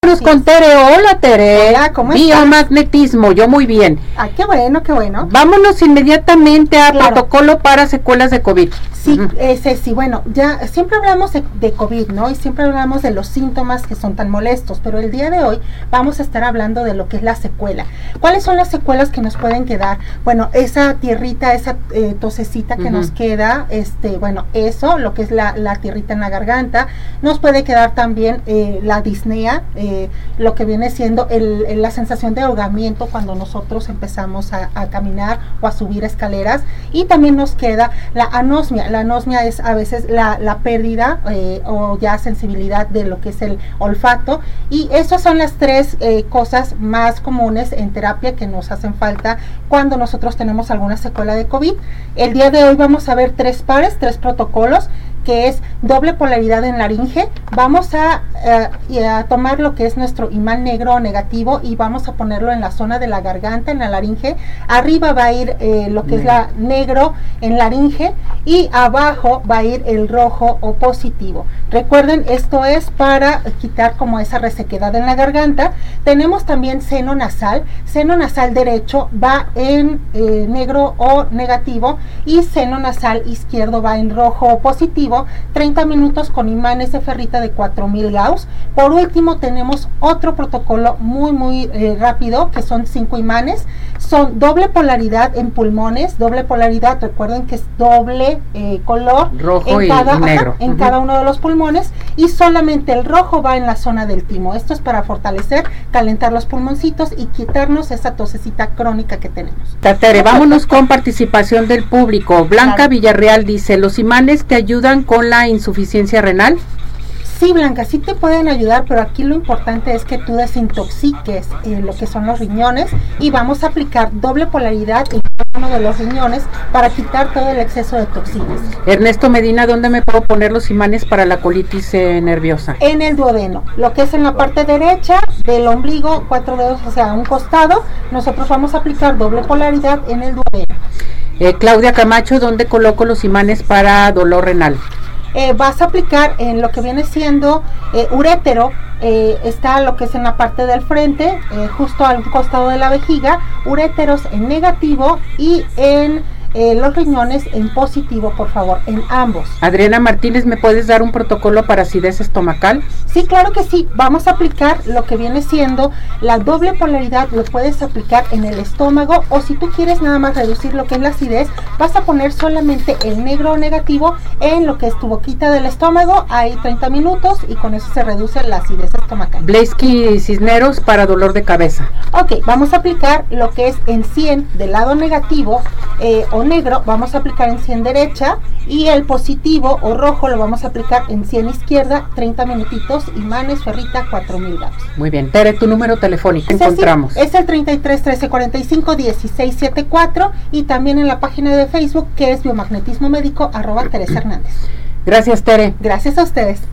Vámonos con Tere. Hola, Tere. Hola, ¿cómo estás? Biomagnetismo, yo muy bien. Ah, qué bueno, qué bueno. Vámonos inmediatamente a protocolo para secuelas de COVID. Sí, sí, bueno, ya siempre hablamos de COVID, ¿no? Y siempre hablamos de los síntomas que son tan molestos, pero el día de hoy vamos a estar hablando de lo que es la secuela. ¿Cuáles son las secuelas que nos pueden quedar? Bueno, esa tierrita, esa tosecita que nos queda, bueno, eso, lo que es la tierrita en la garganta, nos puede quedar también la disnea, lo que viene siendo la sensación de ahogamiento cuando nosotros empezamos a caminar o a subir escaleras, y también nos queda la anosmia. La anosmia es a veces la pérdida o ya sensibilidad de lo que es el olfato, y esas son las tres cosas más comunes en terapia que nos hacen falta cuando nosotros tenemos alguna secuela de COVID. El día de hoy vamos a ver tres protocolos, que es doble polaridad en laringe. Vamos a tomar lo que es nuestro imán negro negativo y vamos a ponerlo en la zona de la garganta, en la laringe. Arriba va a ir lo que es la negro en laringe, y abajo va a ir el rojo o positivo. Recuerden, esto es para quitar como esa resequedad en la garganta. Tenemos también seno nasal derecho va en negro o negativo, y seno nasal izquierdo va en rojo o positivo. 30 minutos con imanes de ferrita de 4000 Gauss. Por último, tenemos otro protocolo muy rápido, que son 5 imanes. Son doble polaridad en pulmones. Doble polaridad, recuerden que es doble color rojo en negro en cada uno de los pulmones, y solamente el rojo va en la zona del timo. Esto es para fortalecer, calentar los pulmoncitos y quitarnos esa tosecita crónica que tenemos. Tere, vámonos con participación del público. Blanca Villarreal dice: ¿los imanes te ayudan con la insuficiencia renal? Sí, Blanca, sí te pueden ayudar, pero aquí lo importante es que tú desintoxiques lo que son los riñones, y vamos a aplicar doble polaridad en cada uno de los riñones para quitar todo el exceso de toxinas. Ernesto Medina, ¿dónde me puedo poner los imanes para la colitis nerviosa? En el duodeno, lo que es en la parte derecha del ombligo, 4 dedos hacia un costado. Nosotros vamos a aplicar doble polaridad en el duodeno. Claudia Camacho, ¿dónde coloco los imanes para dolor renal? Vas a aplicar en lo que viene siendo urétero. Está lo que es en la parte del frente, justo al costado de la vejiga. Uréteros en negativo y en los riñones en positivo, por favor, en ambos. Adriana Martínez, ¿me puedes dar un protocolo para acidez estomacal? Sí, claro que sí. Vamos a aplicar lo que viene siendo la doble polaridad. Lo puedes aplicar en el estómago, o si tú quieres nada más reducir lo que es la acidez, vas a poner solamente el negro negativo en lo que es tu boquita del estómago. Hay 30 minutos y con eso se reduce la acidez estomacal. Blaisky Cisneros, para dolor de cabeza. Ok, vamos a aplicar lo que es en 100 del lado negativo o negro, vamos a aplicar en 100 derecha, y el positivo o rojo lo vamos a aplicar en 100 izquierda. 30 minutitos, imanes, ferrita, 4000 Gauss. Muy bien. Tere, tu número telefónico, encontramos. Es el 33 13 45 16 74, y también en la página de Facebook, que es biomagnetismo médico @Teresa Hernández. Gracias, Tere. Gracias a ustedes.